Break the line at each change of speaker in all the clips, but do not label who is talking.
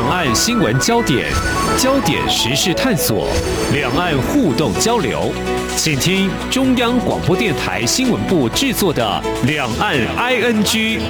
岸新闻焦点，焦点时事探索，两岸互动交流，请听中央广播电台新闻部制作的《两岸 ING》。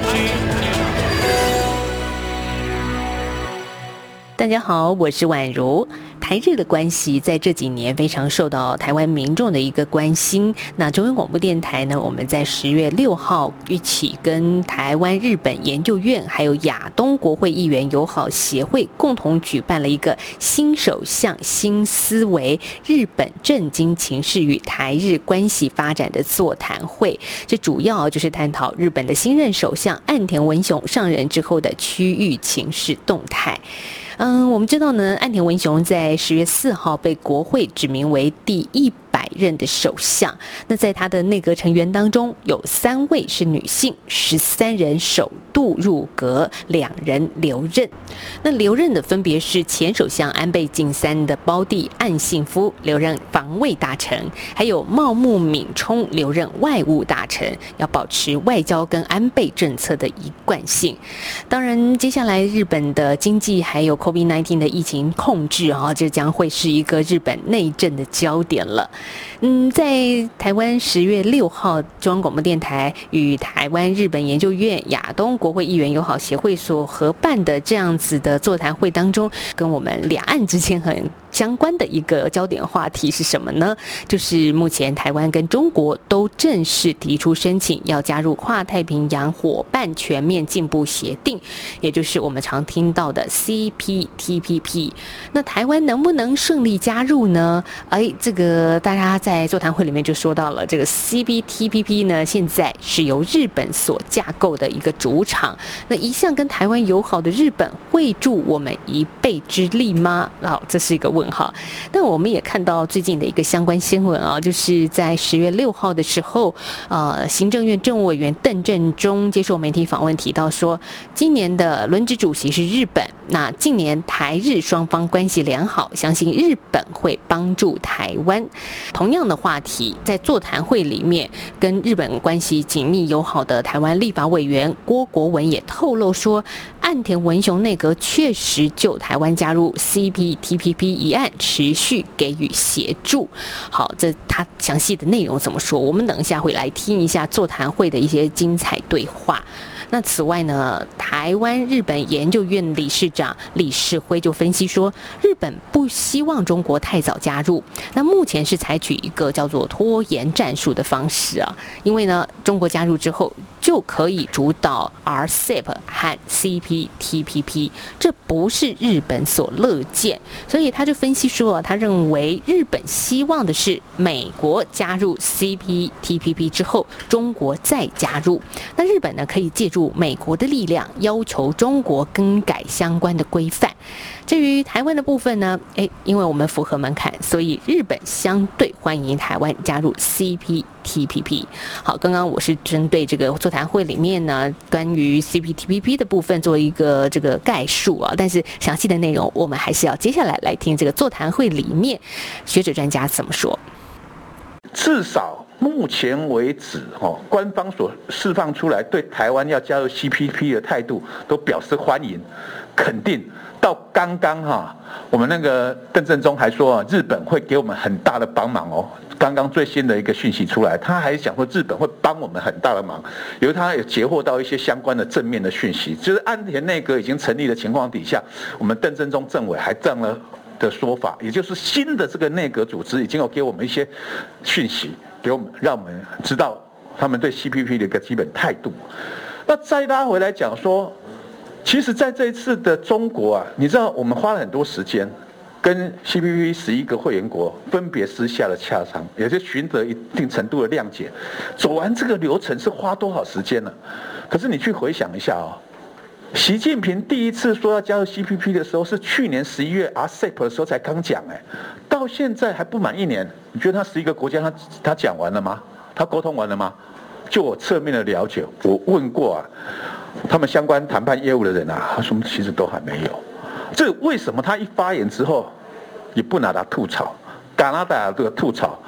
大家好，我是婉如。台日的关系在这几年非常受到台湾民众的一个关心。那中央广播电台呢，我们在10月6号一起跟台湾日本研究院还有亚东国会议员友好协会共同举办了一个新首相新思维日本政经情势与台日关系发展的座谈会。这主要就是探讨日本的新任首相岸田文雄上任之后的区域情势动态。我们知道呢，岸田文雄在10月4号被国会指名为第100任的首相。那在他的内阁成员当中，有3位是女性，13人首度入阁，2人留任。那留任的分别是前首相安倍晋三的胞弟岸信夫留任防卫大臣，还有茂木敏充留任外务大臣，要保持外交跟安倍政策的一贯性。当然，接下来日本的经济还有 COVID-19 的疫情控制这将会是一个日本内政的焦点了。在台湾10月6号，中央广播电台与台湾日本研究院亚东国会议员友好协会所合办的这样子的座谈会当中，跟我们两岸之间很相关的一个焦点话题是什么呢？就是目前台湾跟中国都正式提出申请要加入跨太平洋伙伴全面进步协定，也就是我们常听到的 CPTPP。 那台湾能不能顺利加入呢？这个大家在座谈会里面就说到了，这个 CPTPP 呢，现在是由日本所架构的一个主场。那一向跟台湾友好的日本会助我们一臂之力吗？这是一个问号。但我们也看到最近的一个相关新闻就是在10月6号的时候，行政院政务委员邓正中接受媒体访问提到说，今年的轮值主席是日本，那近年台日双方关系良好，相信日本会帮助台湾。同样的话题，在座谈会里面，跟日本关系紧密友好的台湾立法委员郭国文也透露说，岸田文雄内阁确实就台湾加入 CPTPP 一案持续给予协助。好，这他详细的内容怎么说，我们等一下会来听一下座谈会的一些精彩对话。那此外呢，台湾日本研究院理事长李世辉就分析说，日本不希望中国太早加入，那目前是采取一个叫做拖延战术的方式因为呢，中国加入之后就可以主导 RCEP 和 CPTPP， 这不是日本所乐见，所以他就分析说，他认为日本希望的是美国加入 CPTPP 之后，中国再加入，那日本呢可以借助美国的力量，要求中国更改相关的规范。至于台湾的部分呢，因为我们符合门槛，所以日本相对欢迎台湾加入 CPTPP。 好，刚刚我是针对这个座谈会里面呢，关于 CPTPP 的部分做一个这个概述但是详细的内容我们还是要接下来听这个座谈会里面学者专家怎么说。
至少目前为止，官方所释放出来对台湾要加入 CPTPP 的态度都表示欢迎、肯定。到刚刚我们那个邓正中还说日本会给我们很大的帮忙刚刚最新的一个讯息出来，他还讲说日本会帮我们很大的忙，由他也截获到一些相关的正面的讯息，就是岸田内阁已经成立的情况底下，我们邓正中政委还这样的说法，也就是新的这个内阁组织已经有给我们一些讯息，给我们让我们知道他们对 CPTPP 的一个基本态度。那再拉回来讲说，其实在这一次的中国你知道我们花了很多时间跟 CPTPP 11个会员国分别私下的洽商，也就寻得一定程度的谅解。走完这个流程是花多少时间呢？可是你去回想一下习近平第一次说要加入 CPTPP 的时候是去年11月 RCEP 的时候才刚讲到现在还不满1年，你觉得他11个国家他讲完了吗？他沟通完了吗？就我侧面的了解，我问过他们相关谈判业务的人他说其实都还没有。这为什么他一发言之后也不拿他吐槽？加拿大这个吐槽，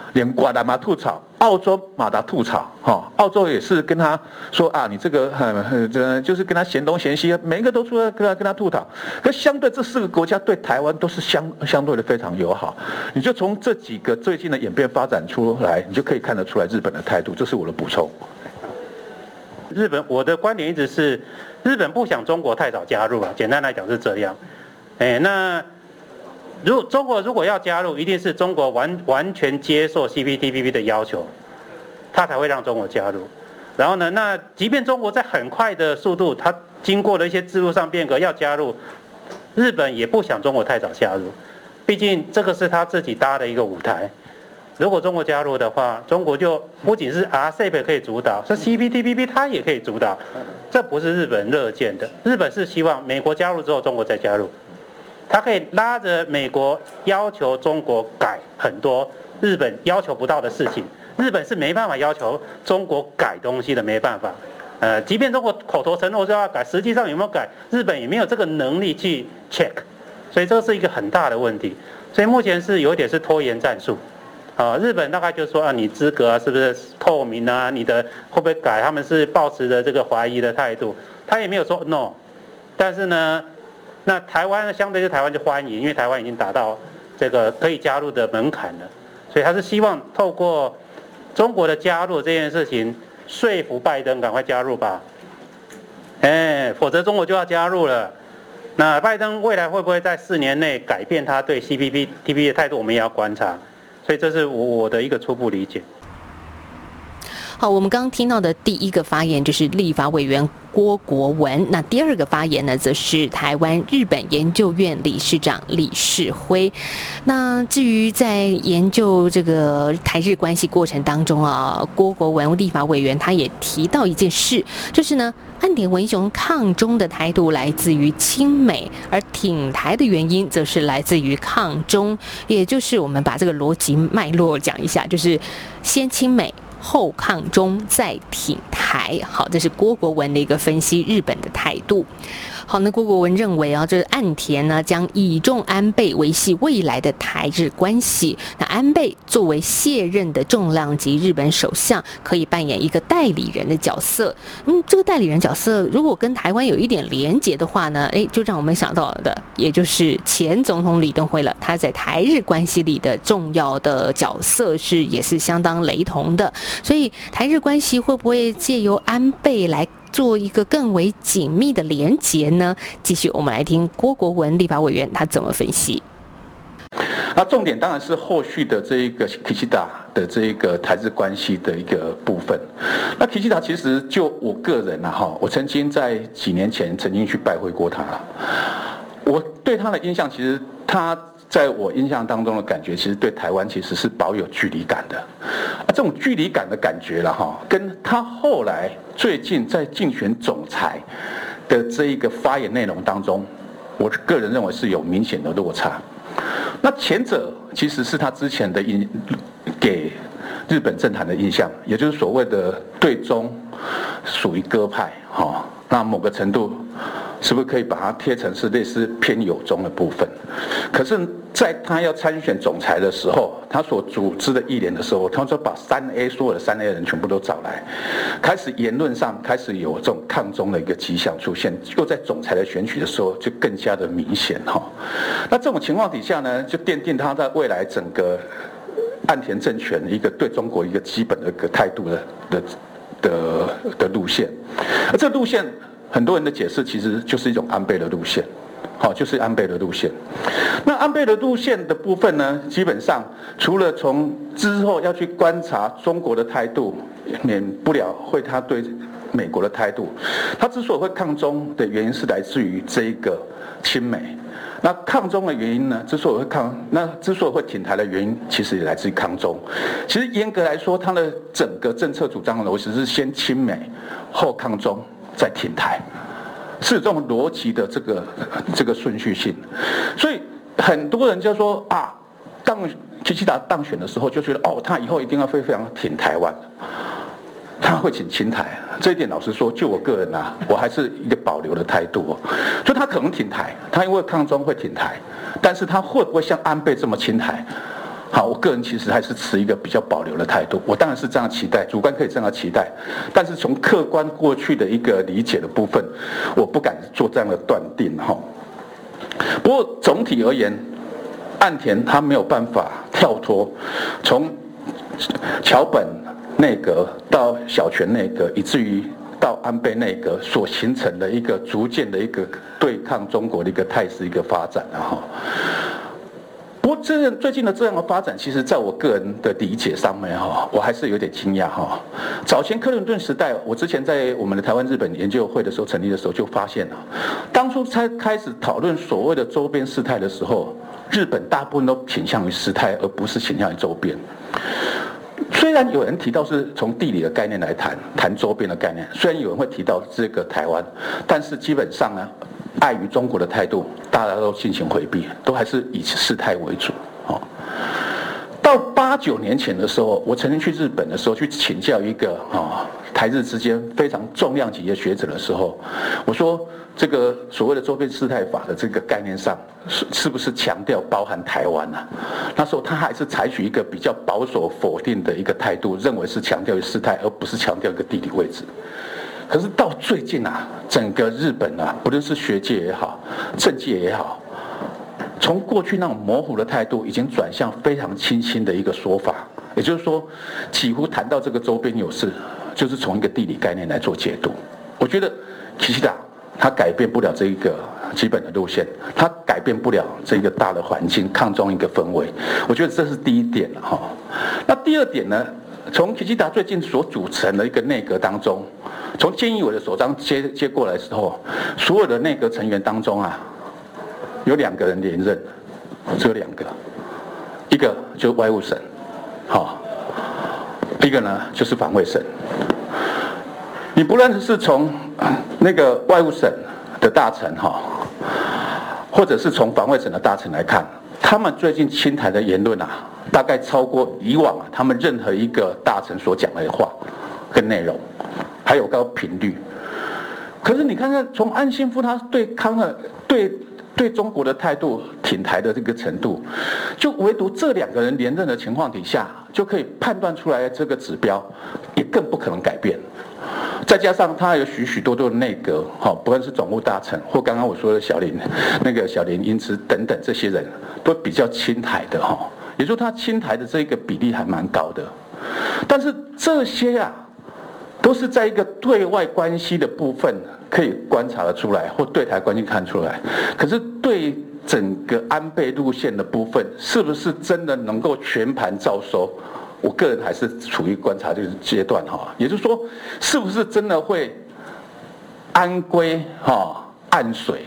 连瓜达马吐槽，澳洲马达吐槽，澳洲也是跟他说啊，你这个就是跟他嫌东嫌西，每一个都出来跟他吐槽。可相对这4个国家对台湾都是相对的非常友好，你就从这几个最近的演变发展出来，你就可以看得出来日本的态度。这是我的补充。
日本，我的观点一直是，日本不想中国太早加入啊，简单来讲是这样。那中国如果要加入，一定是中国完全接受 CPTPP 的要求，他才会让中国加入。然后呢，那即便中国在很快的速度，他经过了一些制度上变革要加入，日本也不想中国太早加入，毕竟这个是他自己搭的一个舞台。如果中国加入的话，中国就不仅是 RCEP 可以主导，是 CPTPP 它也可以主导，这不是日本乐见的。日本是希望美国加入之后，中国再加入。他可以拉着美国要求中国改很多日本要求不到的事情，日本是没办法要求中国改东西的，没办法。即便中国口头承诺说要改，实际上有没有改，日本也没有这个能力去 check， 所以这是一个很大的问题。所以目前是有一点是拖延战术。日本大概就说啊，你资格啊是不是透明啊，你的会不会改，他们是抱持着这个怀疑的态度，他也没有说 no， 但是呢。那台湾相对台湾就欢迎，因为台湾已经达到这个可以加入的门槛了，所以他是希望透过中国的加入这件事情说服拜登赶快加入吧，否则中国就要加入了。那拜登未来会不会在4年内改变他对 CPTPP 的态度，我们也要观察。所以这是我的一个初步理解。
好，我们刚刚听到的第一个发言就是立法委员郭国文，那第二个发言呢，则是台湾日本研究院理事长李世辉。那至于在研究这个台日关系过程当中啊，郭国文立法委员他也提到一件事，就是呢，岸田文雄抗中的态度来自于亲美，而挺台的原因则是来自于抗中，也就是我们把这个逻辑脉络讲一下，就是先亲美。后抗中再挺台，好，这是郭国文的一个分析日本的态度。好，那郭国文认为啊，这岸田呢将倚重安倍维系未来的台日关系。那安倍作为卸任的重量级日本首相，可以扮演一个代理人的角色。这个代理人角色如果跟台湾有一点连结的话呢，就让我们想到的，也就是前总统李登辉了。他在台日关系里的重要的角色也是相当雷同的。所以台日关系会不会借由安倍来做一个更为紧密的连结呢？继续我们来听郭国文立法委员他怎么分析。
那重点当然是后续的这一个 Kishida 的这一个台日关系的一个部分。那 Kishida 其实就我个人我曾经在几年前曾经去拜会过他，我对他的印象，其实他在我印象当中的感觉，其实对台湾其实是保有距离感的。这种距离感的感觉跟他后来最近在竞选总裁的这一个发言内容当中，我个人认为是有明显的落差。那前者其实是他之前的给日本政坛的印象，也就是所谓的对中属于鸽派，那某个程度是不是可以把它贴成是类似偏友中的部分？可是，在他要参选总裁的时候，他所组织的议联的时候，他说把3A 所有的3A 人全部都找来，开始言论上开始有这种抗中的一个迹象出现，又在总裁的选举的时候就更加的明显那这种情况底下呢，就奠定他在未来整个岸田政权一个对中国一个基本的一个态度的路线，而这个路线很多人的解释其实就是一种安倍的路线，就是安倍的路线。那安倍的路线的部分呢，基本上除了从之后要去观察中国的态度，免不了会他对美国的态度。他之所以会抗中的原因是来自于这一个亲美。那抗中的原因呢？之所以会挺台的原因，其实也来自于抗中。其实严格来说，他的整个政策主张的逻辑是先亲美，后抗中，再挺台，是这种逻辑的这个顺序性。所以很多人就说Kishida 当选的时候就觉得他以后一定要非常挺台湾。他会挺亲台，这一点老实说，就我个人我还是一个保留的态度就他可能挺台，他因为抗中会挺台，但是他会不会像安倍这么亲台， 好，我个人其实还是持一个比较保留的态度。我当然是这样期待，主观可以这样期待，但是从客观过去的一个理解的部分，我不敢做这样的断定哈。不过总体而言，岸田他没有办法跳脱从桥本内阁到小泉内阁，以至于到安倍内阁所形成的一个逐渐的一个对抗中国的一个态势一个发展哈。不过最近的这样的发展，其实在我个人的理解上面哈，我还是有点惊讶哈。早前克林顿时代，我之前在我们的台湾日本研究会的时候成立的时候就发现了，当初才开始讨论所谓的周边事态的时候，日本大部分都倾向于事态，而不是倾向于周边。虽然有人提到是从地理的概念来谈周边的概念，虽然有人会提到这个台湾，但是基本上呢，碍于中国的态度，大家都进行回避，都还是以事态为主。到8、9年前的时候，我曾经去日本的时候去请教一个台日之间非常重量级的学者的时候，我说这个所谓的周边事态法的这个概念上，是不是强调包含台湾啊？那时候他还是采取一个比较保守否定的一个态度，认为是强调事态，而不是强调一个地理位置。可是到最近啊，整个日本啊，不论是学界也好，政界也好，从过去那种模糊的态度，已经转向非常清晰的一个说法。也就是说，几乎谈到这个周边有事，就是从一个地理概念来做解读。我觉得岸田他改变不了这一个基本的路线，他改变不了这个大的环境抗中一个氛围。我觉得这是第一点哈。那第二点呢？从岸田最近所组成的一个内阁当中，从菅义伟的首长接过来之后，所有的内阁成员当中啊，有2个人连任，只有2个，一个就是外务省，一个呢就是防卫省。你不论是从那个外务省的大臣或者是从防卫省的大臣来看，他们最近亲台的言论啊，大概超过以往他们任何一个大臣所讲的话跟内容，还有高频率。可是你看看，从岸信夫他对中国的态度挺台的这个程度，就唯独这2个人连任的情况底下，就可以判断出来这个指标也更不可能改变。再加上他有许多的内阁，不论是总务大臣或刚刚我说的小林英之等等这些人，都比较亲台的也就是说他亲台的这个比例还蛮高的。但是这些啊，都是在一个对外关系的部分可以观察得出来，或对台关系看出来。可是对整个安倍路线的部分，是不是真的能够全盘照收？我个人还是处于观察这个阶段也就是说，是不是真的会安规按水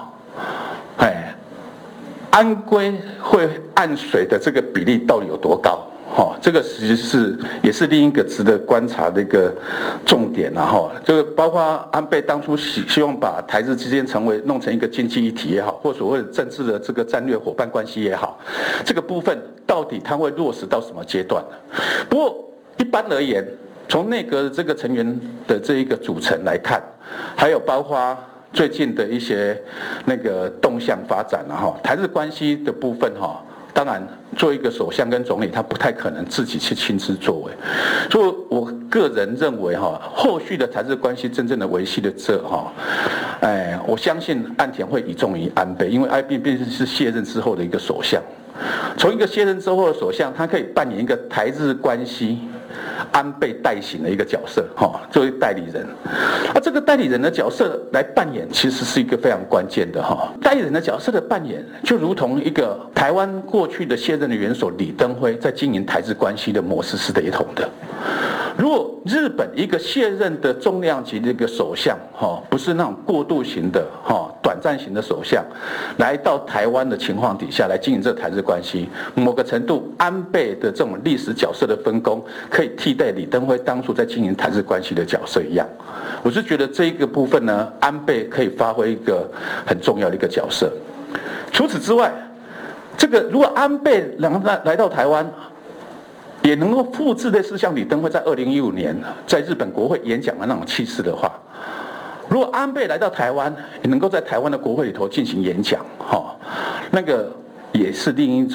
安规会按水的这个比例到底有多高？这个其实也是另一个值得观察的一个重点这个包括安倍当初希望把台日之间弄成一个经济一体也好，或所谓的政治的这个战略伙伴关系也好，这个部分到底它会落实到什么阶段呢？不过一般而言，从内阁的这个成员的这一个组成来看，还有包括最近的一些那个动向发展台日关系的部分当然，做一个首相跟总理，他不太可能自己去亲自作为，所以我个人认为后续的台日关系真正的维系的我相信岸田会倚重于安倍，因为安倍毕竟是卸任之后的一个首相，从一个卸任之后的首相，他可以扮演一个台日关系安倍代行的一个角色作为代理人。这个代理人的角色来扮演，其实是一个非常关键的代理人的角色的扮演，就如同一个台湾过去的卸任的元首李登辉在经营台日关系的模式是雷同的。如果日本一个卸任的重量级的一个首相不是那种过渡型的短暂型的首相，来到台湾的情况底下来经营这台日关系，某个程度安倍的这种历史角色的分工，可以替代李登辉当初在经营台日关系的角色一样。我是觉得这一个部分呢，安倍可以发挥一个很重要的一个角色。除此之外，这个如果安倍来到台湾，也能够复制类似像李登辉在2015年在日本国会演讲的那种气势的话，如果安倍来到台湾，也能够在台湾的国会里头进行演讲，那个也是另一种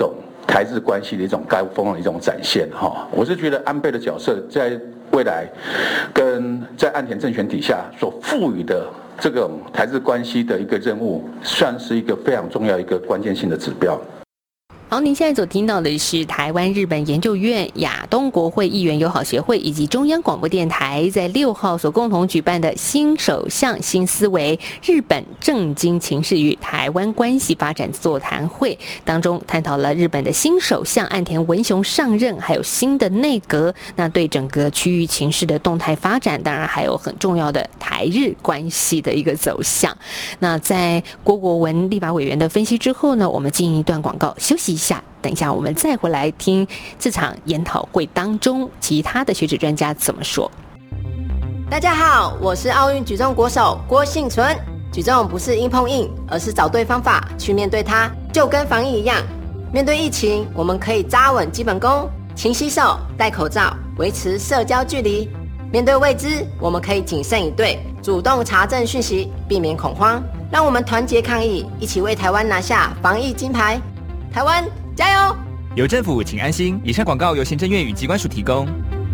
台日关系的一种高峰的一种展现哈。我是觉得安倍的角色在未来跟在岸田政权底下所赋予的这种台日关系的一个任务，算是一个非常重要一个关键性的指标。
好，您现在所听到的是台湾日本研究院、亚东国会议员友好协会以及中央广播电台在6号所共同举办的新首相新思维日本政经情势与台湾关系发展座谈会当中，探讨了日本的新首相岸田文雄上任，还有新的内阁，那对整个区域情势的动态发展，当然还有很重要的台日关系的一个走向。那在郭国文立法委员的分析之后呢，我们进一段广告休息一下，等一下我们再回来听这场研讨会当中其他的学者专家怎么说。
大家好，我是奥运举重国手郭幸存。举重不是硬碰硬，而是找对方法去面对它，就跟防疫一样。面对疫情，我们可以扎稳基本功，勤洗手、戴口罩，维持社交距离。面对未知，我们可以谨慎以对，主动查证讯息，避免恐慌。让我们团结抗疫，一起为台湾拿下防疫金牌。台湾加油！
有政府，请安心。以上广告由行政院与机关署提供。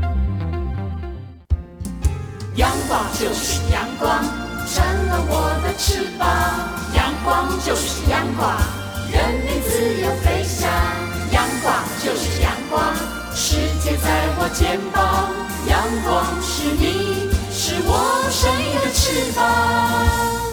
阳光就是阳光，成了我的翅膀。阳光就是阳光，人民自由飞翔。阳光就是阳光，世界在我肩膀。阳光是你，是我生命的翅膀。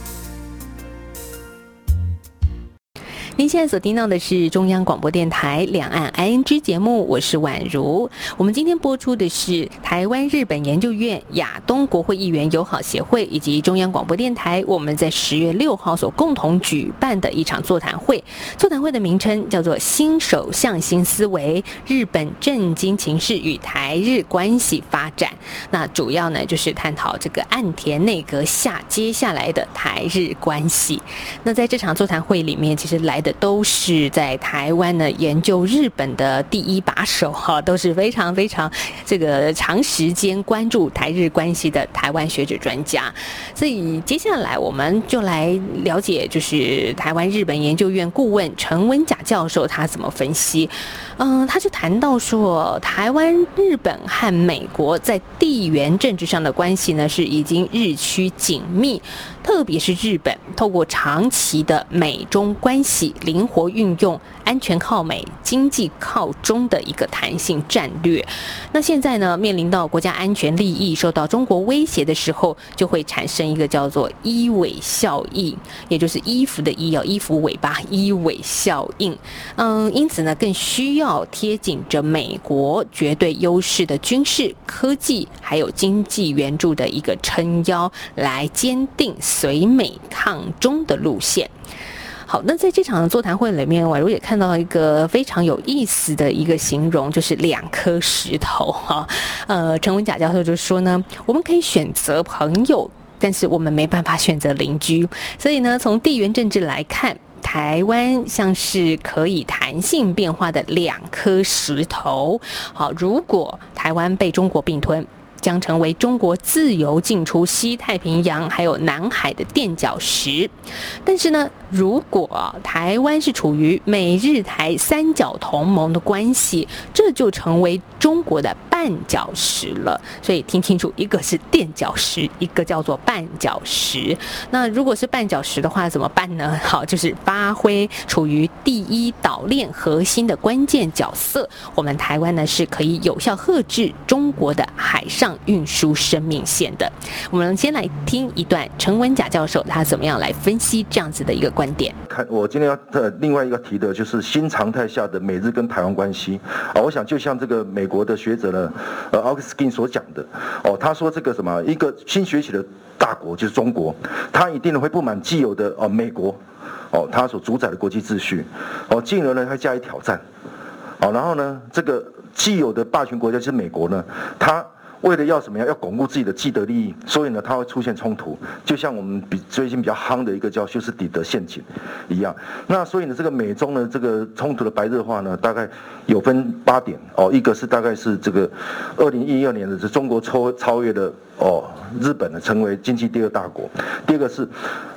您现在所听到的是中央广播电台两岸 ING 节目，我是婉如。我们今天播出的是台湾日本研究院、亚东国会议员友好协会以及中央广播电台，我们在10月6号所共同举办的一场座谈会。座谈会的名称叫做新首相新思维日本政经情势与台日关系发展。那主要呢就是探讨这个岸田内阁接下来的台日关系。那在这场座谈会里面，其实来的都是在台湾呢研究日本的第一把手哈，都是非常非常这个长时间关注台日关系的台湾学者专家。所以接下来我们就来了解，就是台湾日本研究院顾问陈文甲教授他怎么分析。他就谈到说，台湾、日本和美国在地缘政治上的关系呢是已经日趋紧密，特别是日本透过长期的美中关系灵活运用安全靠美、经济靠中的一个弹性战略。那现在呢，面临到国家安全利益受到中国威胁的时候，就会产生一个叫做衣尾效应，也就是衣服的衣服尾巴衣尾效应。因此呢，更需要贴紧着美国绝对优势的军事、科技还有经济援助的一个撑腰，来坚定随美抗中的路线。好，那在这场座谈会里面，婉如也看到一个非常有意思的一个形容，就是2颗石头哈。陈文甲教授就说呢，我们可以选择朋友，但是我们没办法选择邻居。所以呢，从地缘政治来看，台湾像是可以弹性变化的2颗石头。好，如果台湾被中国并吞，将成为中国自由进出西太平洋还有南海的垫脚石。但是呢，如果台湾是处于美日台三角同盟的关系，这就成为中国的绊脚石了。所以听清楚，一个是垫脚石，一个叫做绊脚石。那如果是绊脚石的话怎么办呢？好，就是发挥处于第一岛链核心的关键角色，我们台湾呢是可以有效遏制中国的海上运输生命线的。我们先来听一段陈文甲教授他怎么样来分析这样子的一个观点。
我今天要另外一个提的就是新常态下的美日跟台湾关系我想就像这个美国的学者呢Augustine 所讲的他说这个什么一个新崛起的大国就是中国，他一定会不满既有的美国他所主宰的国际秩序进而呢会加以挑战然后呢这个既有的霸权国家就是美国呢，他为了要什么样，要巩固自己的既得利益，所以呢，它会出现冲突，就像我们最近比较夯的一个叫休斯底德陷阱一样。那所以呢，这个美中呢这个冲突的白热化呢，大概有分8点一个是大概是这个2012年的中国超越了日本呢成为经济第2大国，第二个是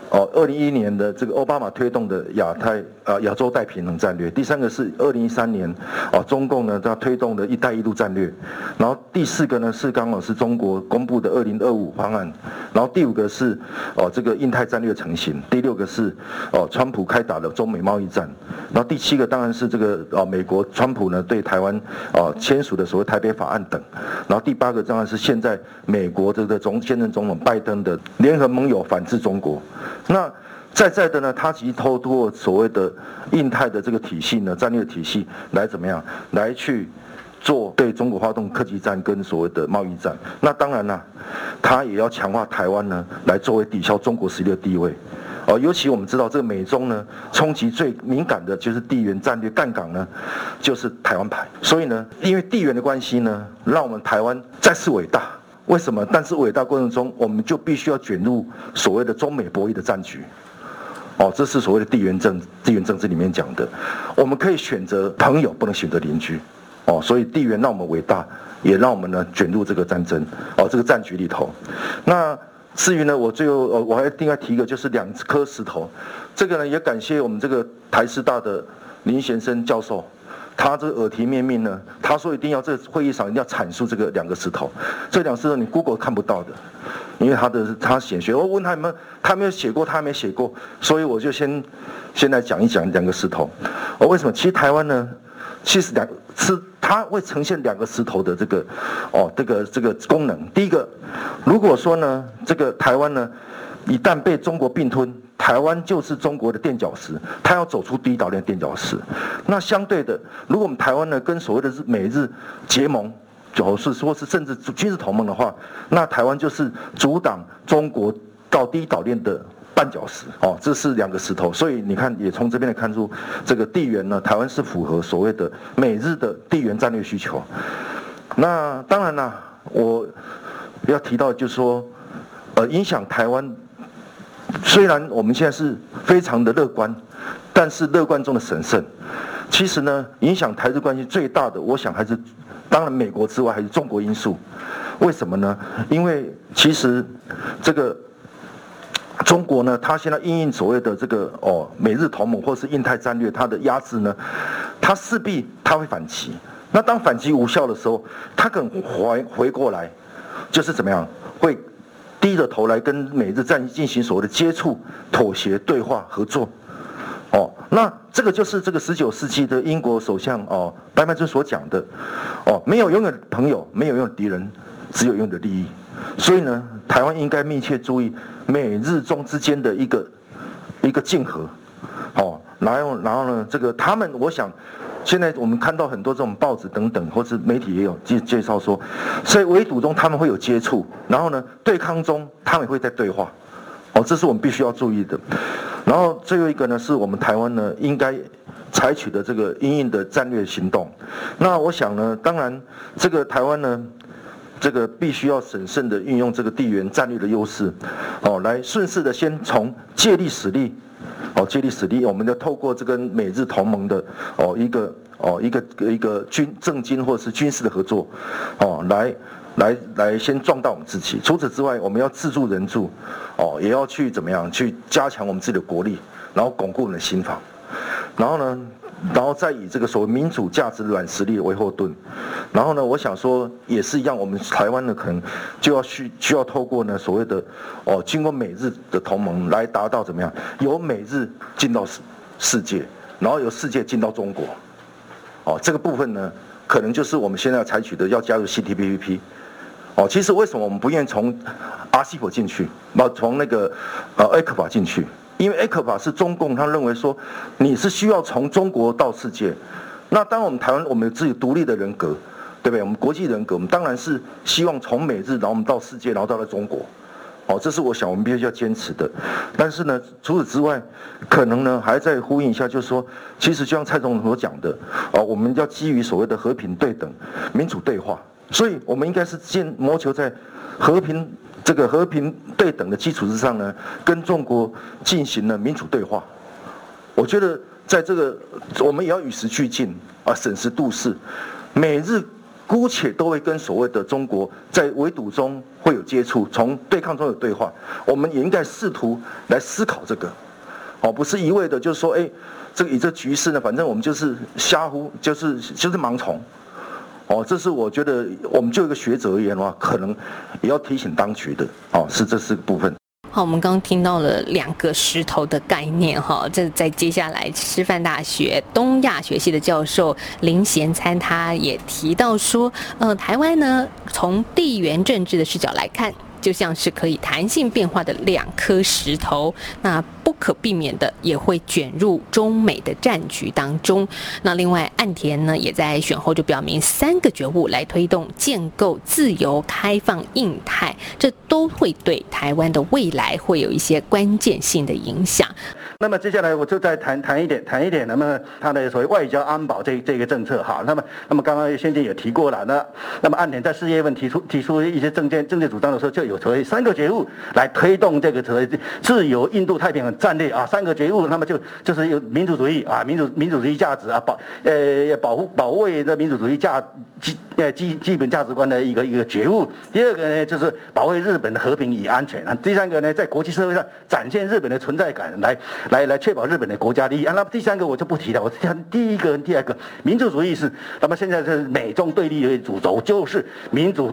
2011年的这个奥巴马推动的亚洲太平衡战略，第3个是2013年中共呢它推动的一带一路战略，然后第4个呢是刚好是中国公布的2025方案，然后第5个是这个印太战略成型，第6个是川普开打的中美贸易战，然后第7个当然是这个美国川普呢对台湾签署的所谓台北法案等，然后第8个当然是现在美国这个现任总统拜登的联合盟友反制中国。那在的呢，他其实透过所谓的印太的这个体系呢，战略体系来怎么样，来去做对中国发动科技战跟所谓的贸易战。那当然啦，他也要强化台湾呢，来作为抵消中国实力的地位。尤其我们知道这个美中呢，冲击最敏感的就是地缘战略干港呢，就是台湾牌。所以呢，因为地缘的关系呢，让我们台湾再次伟大。为什么？但是伟大过程中，我们就必须要卷入所谓的中美博弈的战局。这是所谓的地缘政治里面讲的。我们可以选择朋友，不能选择邻居。所以地缘让我们伟大，也让我们呢卷入这个战争，这个战局里头。那至于呢，我最后我还另外提一个，就是2颗石头。这个呢也感谢我们这个台师大的林贤生教授。他这个耳提面命呢，他说一定要这个会议上一定要阐述这个2个石头，这2个石头你 Google 看不到的，因为他显学。我问他有没有，他没有写过，他没写过，所以我就先来讲一讲2个石头。为什么？其实台湾呢，其实它会呈现2个石头的这个功能。第一个，如果说呢，这个台湾呢，一旦被中国并吞，台湾就是中国的垫脚石，它要走出第一岛链垫脚石。那相对的，如果我们台湾呢跟所谓的美日结盟，就是说是甚至军事同盟的话，那台湾就是阻挡中国到第一岛链的绊脚石。这是2个石头。所以你看，也从这边来看出，这个地缘呢，台湾是符合所谓的美日的地缘战略需求。那当然啦，我要提到就是说，影响台湾。虽然我们现在是非常的乐观，但是乐观中的审慎。其实呢，影响台日关系最大的，我想还是当然美国之外还是中国因素。为什么呢？因为其实这个中国呢，它现在因应所谓的这个美日同盟或是印太战略，它的压制呢，它势必它会反击。那当反击无效的时候，它可能回过来，就是怎么样会。低着头来跟美日进行所谓的接触、妥协、对话、合作，那这个就是这个19世纪的英国首相白曼尊所讲的，没有永远的朋友，没有永远的敌人，只有永远的利益。所以呢，台湾应该密切注意美日中之间的一个竞合，然后呢，这个他们我想。现在我们看到很多这种报纸等等，或是媒体也有介绍说，所以围堵中他们会有接触，然后呢，对抗中他们会在对话，这是我们必须要注意的。然后最后一个呢，是我们台湾呢应该采取的这个因应的战略行动。那我想呢，当然这个台湾呢，这个必须要审慎的运用这个地缘战略的优势，来顺势的先从借力使力。借力使力，我们要透过这个美日同盟的一个政经或者是军事的合作，来先壮大我们自己。除此之外，我们要自助人助，也要去怎么样去加强我们自己的国力，然后巩固我们的心防，然后再以这个所谓民主价值软实力为后盾，然后呢，我想说也是一样，我们台湾呢可能就要需要透过呢所谓的经过美日的同盟来达到怎么样，由美日进到世界，然后由世界进到中国，这个部分呢可能就是我们现在要采取的，要加入 CPTPP。其实为什么我们不愿意从 RCEP 进去，从那个ECFA 进去？因为 ECFA 是中共他认为说你是需要从中国到世界，那当然我们台湾我们有自己独立的人格，对不对？我们国际人格，我们当然是希望从美日，然后我们到世界，然后到了中国，这是我想我们必须要坚持的。但是呢，除此之外，可能呢还在呼应一下，就是说，其实就像蔡总统所讲的，我们要基于所谓的和平对等、民主对话，所以我们应该是谋求在和平对等的基础之上呢，跟中国进行了民主对话。我觉得在这个我们也要与时俱进审时度势。美日姑且都会跟所谓的中国在围堵中会有接触，从对抗中有对话，我们也应该试图来思考这个，不是一味的就是说，以这局势呢，反正我们就是瞎呼，就是盲从，这是我觉得我们就一个学者而言的话，可能也要提醒当局的，是这4个部分。
好，我们刚刚听到了2个石头的概念哈，这在接下来师范大学东亚学系的教授林贤参他也提到说，台湾呢从地缘政治的视角来看，就像是可以弹性变化的2颗石头，那不可避免的也会卷入中美的战局当中。那另外岸田呢也在选后就表明3个觉悟来推动建构自由开放印太，这都会对台湾的未来会有一些关键性的影响。
那么接下来我就再谈一点，那么他的所谓外交安保这个政策哈，那么刚刚先前也提过了，那么岸田在4月份提出一些政见主张的时候，就有所谓3个觉悟来推动这个所谓自由印度太平洋战略啊，3个觉悟，那么就是有民主主义啊，民主主义价值啊，保卫的民主主义基本价值观的一个觉悟。第2个呢就是保卫日本的和平与安全啊。第3个呢在国际社会上展现日本的存在感，来确保日本的国家利益啊。那么第3个我就不提了，我谈第1个跟第2个。民主主义是，那么现在是美中对立的主轴，就是民主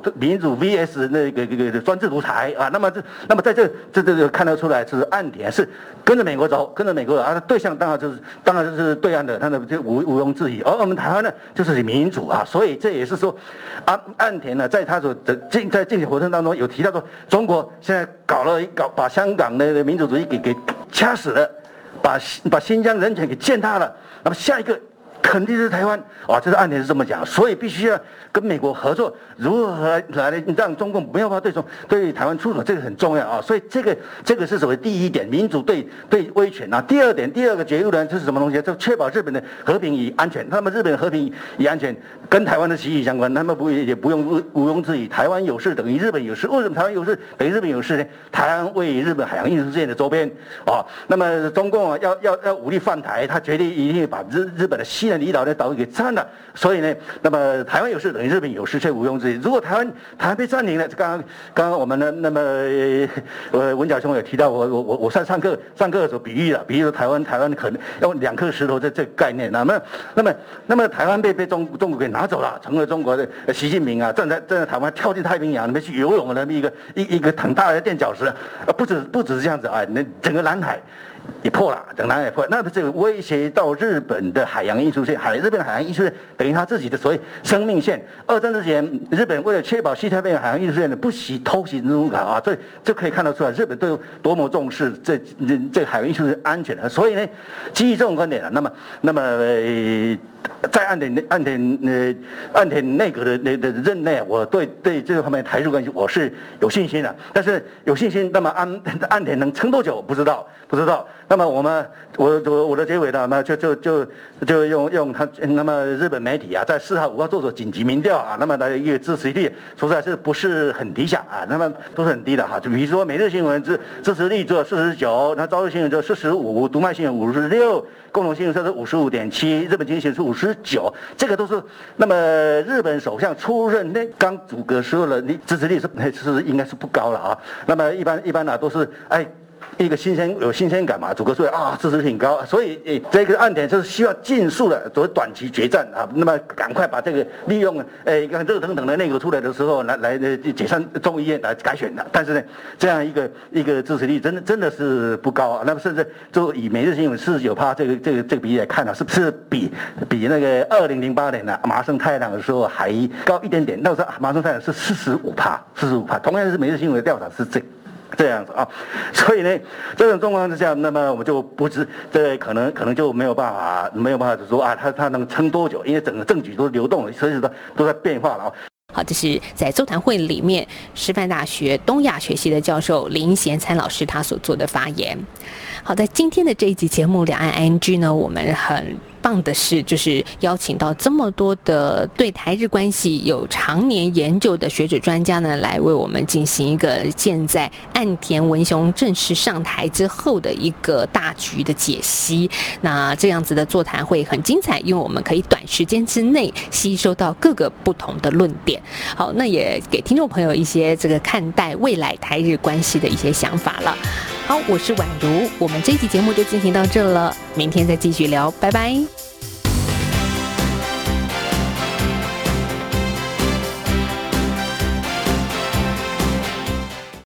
VS 那个专制独裁啊。那么在这看得出来，就是岸田是跟着美国走啊，对象当然就是对岸的，他就毋庸置疑。而我们台湾呢，就是民主啊，所以这也是说，岸田呢，在他在竞选活动当中有提到说，中国现在把香港的民主主义给掐死了，把新疆人权给践踏了，那么下一个肯定是台湾啊，这是岸田是这么讲，所以必须要跟美国合作，如何来让中共没有办法对台湾出手，这个很重要啊。所以这个是所谓第1点，民主对威权啊。第2个觉悟呢，就是什么东西？就确保日本的和平与安全。那么日本的和平与安全跟台湾的息息相关，那么也不用毋庸置疑，台湾有事等于日本有事。为什么台湾有事等于日本有事呢？台湾位于日本海洋运输线的周边啊。那么中共要武力犯台，他决定一定把日本的西南离岛的岛屿给占了。所以呢，那么台湾有事等于日本有事，却毋庸置疑。如果台湾被占领了，刚刚我们呢，那么文甲兄也提到，我上课的时候比喻说台湾可能用2颗石头这个概念。那么台湾被中国给拿走了，成了中国的习近平啊，站在台湾跳进太平洋里面去游泳的一个很大的垫脚石，不只是这样子啊，那整个南海也破了，整个南海也破了，那这个威胁到日本的海洋运输线，日本的海洋运输线等于他自己的所谓生命线。2战之前，日本为了确保西太平洋海洋运输线的不惜偷袭珍珠港啊，这可以看得出来，日本对多么重视这海洋运输的安全。所以呢，基于这种观点啊，那么在岸田内阁的任内，我对这个方面台日关系我是有信心的，但是有信心，那么岸田能撑多久不知道。那么我的结尾呢，那就用他那么日本媒体啊，在4号5号做紧急民调啊，那么的一个支持率说出来是不是很理想啊？那么都是很低的哈。就比如说每日新闻支持率只有49，那朝日新闻只有45，读卖新闻56，共同新闻社是55.7，日本经济新闻是59，这个都是那么日本首相出任那刚组阁时候的支持率是应该是不高了啊。那么一般都是一个有新鲜感嘛，组阁出来啊，支持率很高，所以这个岸田就是希望尽速的做短期决战啊，那么赶快把这个利用热腾腾的内阁出来的时候来解散众议院来改选的，但是呢，这样一个支持率真的是不高啊，那么甚至就以每日新闻49%这个比例来看呢，是不是比那个2008年的麻生太郎的时候还高一点点？那时候麻生太郎是45%，同样是每日新闻的调查是这样子啊，所以呢，这种状况之下，那么我们就不知这可能就没有办法说啊，他能撑多久？因为整个政局都流动了，随时都在变化了啊。
好，这是在座谈会里面师范大学东亚学系的教授林贤参老师他所做的发言。好，在今天的这一集节目《两岸 ING》呢，我们很棒的是，就是邀请到这么多的对台日关系有常年研究的学者专家呢，来为我们进行一个现在岸田文雄正式上台之后的一个大局的解析。那这样子的座谈会很精彩，因为我们可以短时间之内吸收到各个不同的论点。好，那也给听众朋友一些这个看待未来台日关系的一些想法了。好，我是宛如，我们这期节目就进行到这了，明天再继续聊，拜拜。